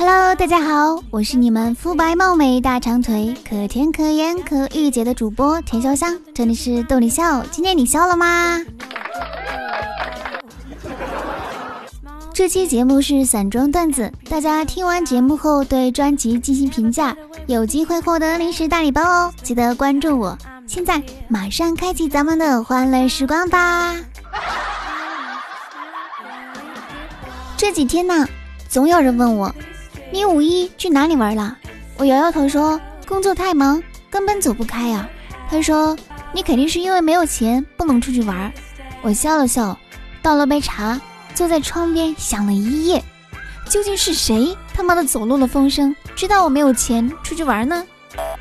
Hello， 大家好，我是你们肤白貌美大长腿可甜可盐可御姐的主播田潇湘，这里是逗你笑，今天你笑了吗？这期节目是散装段子，大家听完节目后对专辑进行评价，有机会获得零食大礼包哦，记得关注我。现在马上开启咱们的欢乐时光吧。这几天呢，总有人问我，你五一去哪里玩了？我摇摇头说，工作太忙，根本走不开呀。他说，你肯定是因为没有钱不能出去玩。我笑了笑，倒了杯茶，坐在窗边想了一夜，究竟是谁他妈的走漏了风声，知道我没有钱出去玩呢？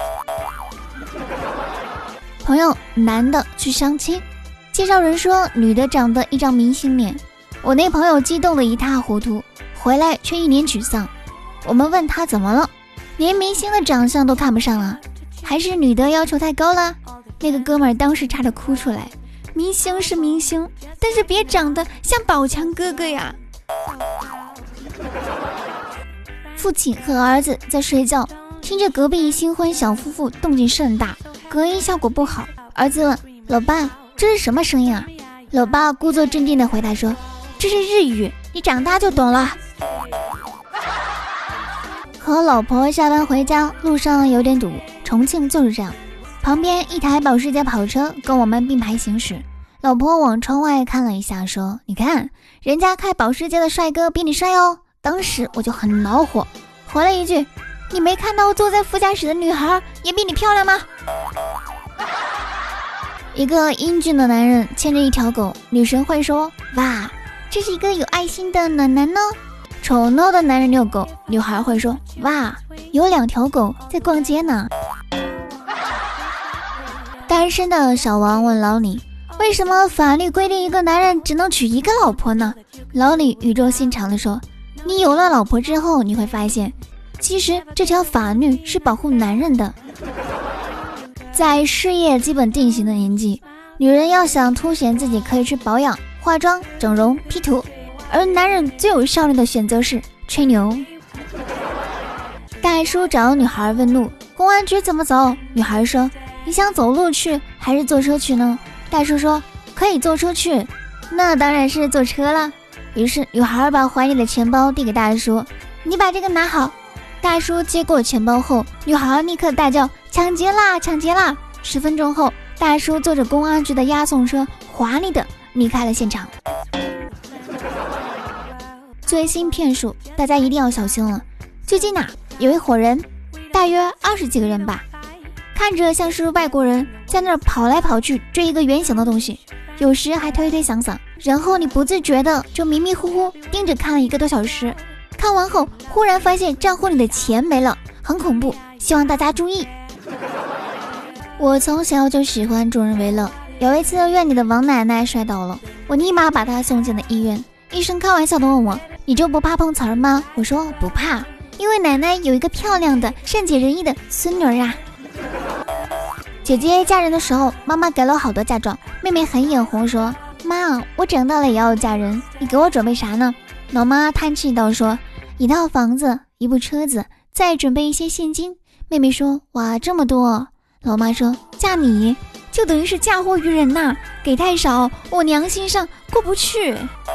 朋友男的去相亲，介绍人说女的长得一张明星脸，我那朋友激动得一塌糊涂，回来却一脸沮丧。我们问他怎么了，连明星的长相都看不上了，还是女的要求太高了？那个哥们儿当时差点哭出来，明星是明星，但是别长得像宝强哥哥呀。父亲和儿子在睡觉，听着隔壁新婚小夫妇动静甚大，隔音效果不好。儿子问老爸，这是什么声音啊？老爸故作镇定地回答说，这是日语，你长大就懂了。和老婆下班回家，路上有点堵，重庆就是这样。旁边一台保时捷跑车跟我们并排行驶，老婆往窗外看了一下，说，你看人家开保时捷的帅哥比你帅哦。当时我就很恼火，回了一句，你没看到坐在副驾驶的女孩也比你漂亮吗？一个英俊的男人牵着一条狗，女神会说，哇，这是一个有爱心的暖男哦。丑陋的男人遛狗，女孩会说，哇，有2条狗在逛街呢。单身的小王问老李，为什么法律规定一个男人只能娶一个老婆呢？老李语重心长地说，你有了老婆之后，你会发现其实这条法律是保护男人的。在事业基本定型的年纪，女人要想凸显自己，可以去保养、化妆、整容、P 图，而男人最有效率的选择是吹牛。大叔找女孩问路，公安局怎么走？女孩说，你想走路去还是坐车去呢？大叔说，可以坐车去。那当然是坐车了。于是女孩把怀里的钱包递给大叔，你把这个拿好。大叔接过钱包后，女孩立刻大叫，抢劫啦抢劫啦！10分钟后，大叔坐着公安局的押送车华丽的离开了现场。最新骗术，大家一定要小心了。最近有一伙人，大约20几个人吧，看着像是外国人，在那儿跑来跑去追一个圆形的东西，有时还推推搡搡，然后你不自觉的就迷迷糊糊盯着看了1个多小时，看完后忽然发现账户里的钱没了，很恐怖，希望大家注意。我从小就喜欢助人为乐，有一次院里的王奶奶摔倒了，我立马把她送进了医院。医生开玩笑的问我，你就不怕碰瓷儿吗？我说不怕，因为奶奶有一个漂亮的善解人意的孙女啊。姐姐嫁人的时候，妈妈给了好多嫁妆，妹妹很眼红说，妈，我长大了也要嫁人，你给我准备啥呢？老妈叹气道说，1套房子，1部车子，再准备一些现金。妹妹说，哇，这么多。老妈说，嫁你就等于是嫁祸于人呐，给太少，我良心上过不去。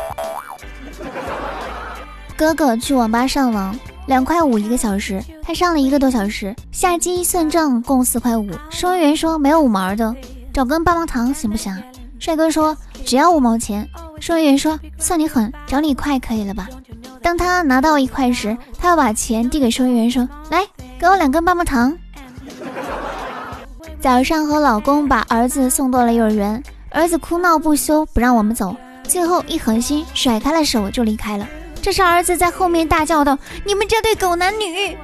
哥哥去网吧上网，2.5块1个小时，他上了1个多小时，下机算账共4.5块，收银员说没有5毛的，找根棒棒糖行不行？帅哥说只要5毛钱，收银员说算你狠，找你1块可以了吧？当他拿到1块时，他要把钱递给收银员说，来，给我2根棒棒糖。早上和老公把儿子送到了幼儿园，儿子哭闹不休不让我们走，最后一狠心甩开了手就离开了。这时儿子在后面大叫道，你们这对狗男女！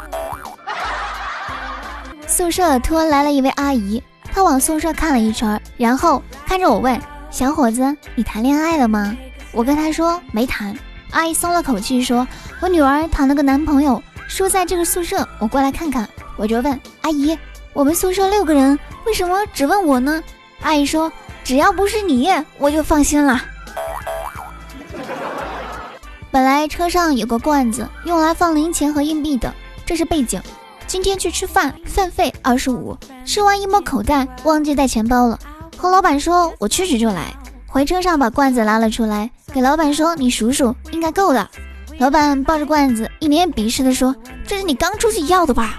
宿舍突然来了一位阿姨，她往宿舍看了一圈，然后看着我问，小伙子，你谈恋爱了吗？我跟她说没谈。阿姨松了口气说，我女儿谈了个男朋友，说在这个宿舍，我过来看看。我就问阿姨，我们宿舍6个人，为什么只问我呢？阿姨说，只要不是你，我就放心了。 本来车上有个罐子用来放零钱和硬币的，这是背景。今天去吃饭，饭费25，吃完一摸口袋，忘记带钱包了，和老板说我去时就来。回车上把罐子拉了出来，给老板说你数数，应该够的。老板抱着罐子一脸鄙视地说，这是你刚出去要的吧。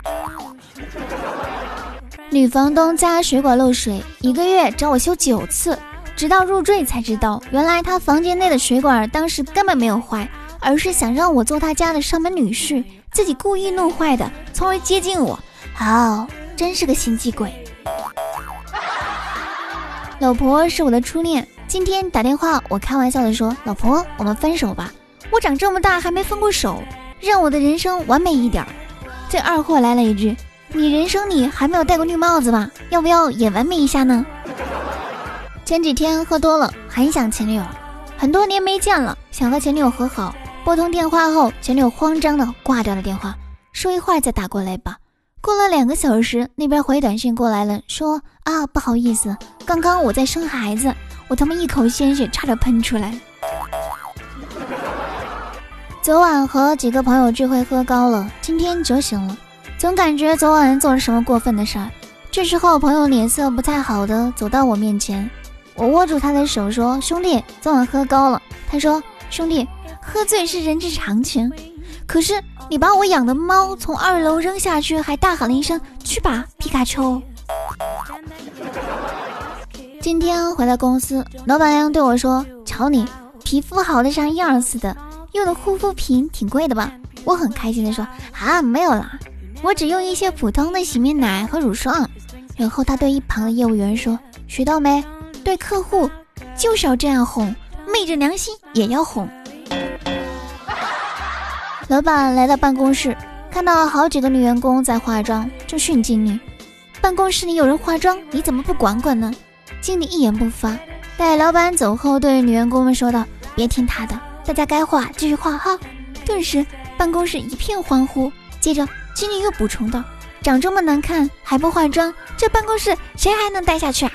女房东家水管漏水，1个月找我修9次，直到入赘才知道，原来她房间内的水管当时根本没有坏，而是想让我做她家的上门女婿，自己故意弄坏的，从而接近我。真是个心机鬼。老婆是我的初恋，今天打电话，我开玩笑的说，老婆，我们分手吧，我长这么大还没分过手，让我的人生完美一点。这二货来了一句，你人生里还没有戴过绿帽子吧？要不要也完美一下呢？前几天喝多了，很想前女友，很多年没见了，想和前女友和好。拨通电话后，前女友慌张的挂掉了电话，说一会儿再打过来吧。过了2个小时，那边回短信过来了，说不好意思，刚刚我在生孩子，我他妈一口鲜血差点喷出来。昨晚和几个朋友聚会喝高了，今天酒醒了，总感觉昨晚做了什么过分的事儿。这时候朋友脸色不太好的走到我面前，我握住他的手说，兄弟，昨晚喝高了。他说，兄弟，喝醉是人之常情，可是你把我养的猫从2楼扔下去，还大喊了一声，去吧皮卡丘。今天回到公司，老板娘对我说，瞧你皮肤好的像样似的，用的护肤品挺贵的吧？我很开心的说，没有啦，我只用一些普通的洗面奶和乳霜。然后他对一旁的业务员说，学到没？对客户就是要这样哄，昧着良心也要哄。老板来到办公室，看到好几个女员工在化妆，就训经理，办公室里有人化妆，你怎么不管管呢？经理一言不发。待老板走后，对女员工们说道，别听他的，大家该画继续画哈。顿时办公室一片欢呼。接着经理又补充道，长这么难看还不化妆，这办公室谁还能待下去啊？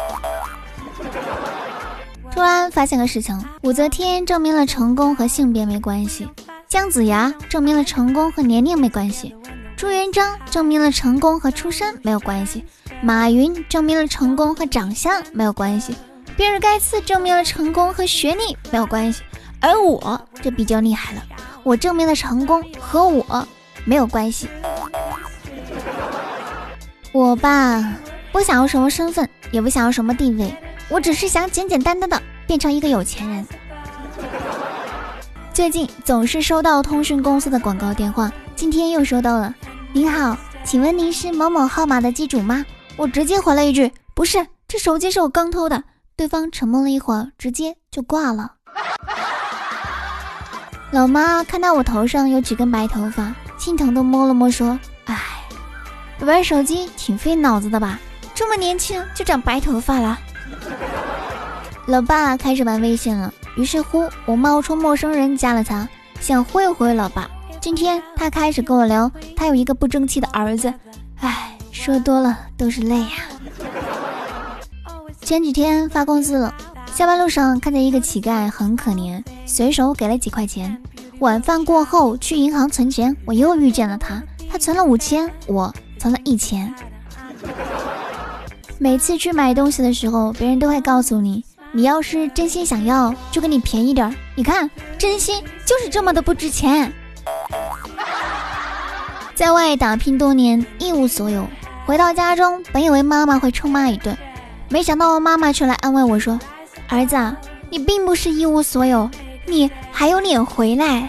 突然发现个事情，武则天证明了成功和性别没关系，姜子牙证明了成功和年龄没关系，朱元璋证明了成功和出身没有关系，马云证明了成功和长相没有关系，比尔盖茨证明了成功和学历没有关系，而我这比较厉害了，我证明了成功和我没有关系。我吧，不想要什么身份，也不想要什么地位，我只是想简简单单的变成一个有钱人。最近总是收到通讯公司的广告电话，今天又收到了，您好，请问您是某某号码的机主吗？我直接回了一句，不是，这手机是我刚偷的。对方沉默了一会儿，直接就挂了。老妈看到我头上有几根白头发，心疼的摸了摸说，玩手机挺费脑子的吧，这么年轻就长白头发了。老爸开始玩微信了，于是乎我冒充陌生人加了他，想忽悠忽悠老爸。今天他开始跟我聊他有一个不争气的儿子，说多了都是泪呀。前几天发工资了，下班路上看见一个乞丐很可怜，随手给了几块钱。晚饭过后去银行存钱，我又遇见了他，他存了5000，我存了1000。每次去买东西的时候，别人都会告诉你，你要是真心想要就给你便宜点，你看真心就是这么的不值钱。在外打拼多年，一无所有，回到家中本以为妈妈会臭骂一顿，没想到妈妈却来安慰我说，儿子，你并不是一无所有，你还有脸回来。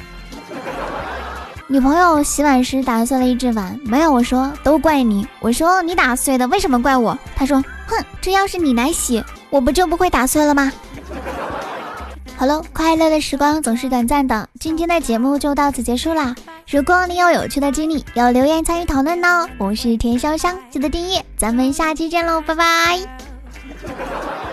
女朋友洗碗时打碎了一只碗，没有，我说都怪你。我说你打碎的，为什么怪我？她说，哼，这要是你来洗，我不就不会打碎了吗？好了，快乐的时光总是短暂的，今天的节目就到此结束啦。如果你有有趣的经历，要留言参与讨论哦。我是田潇湘，记得订阅，咱们下期见喽，拜拜。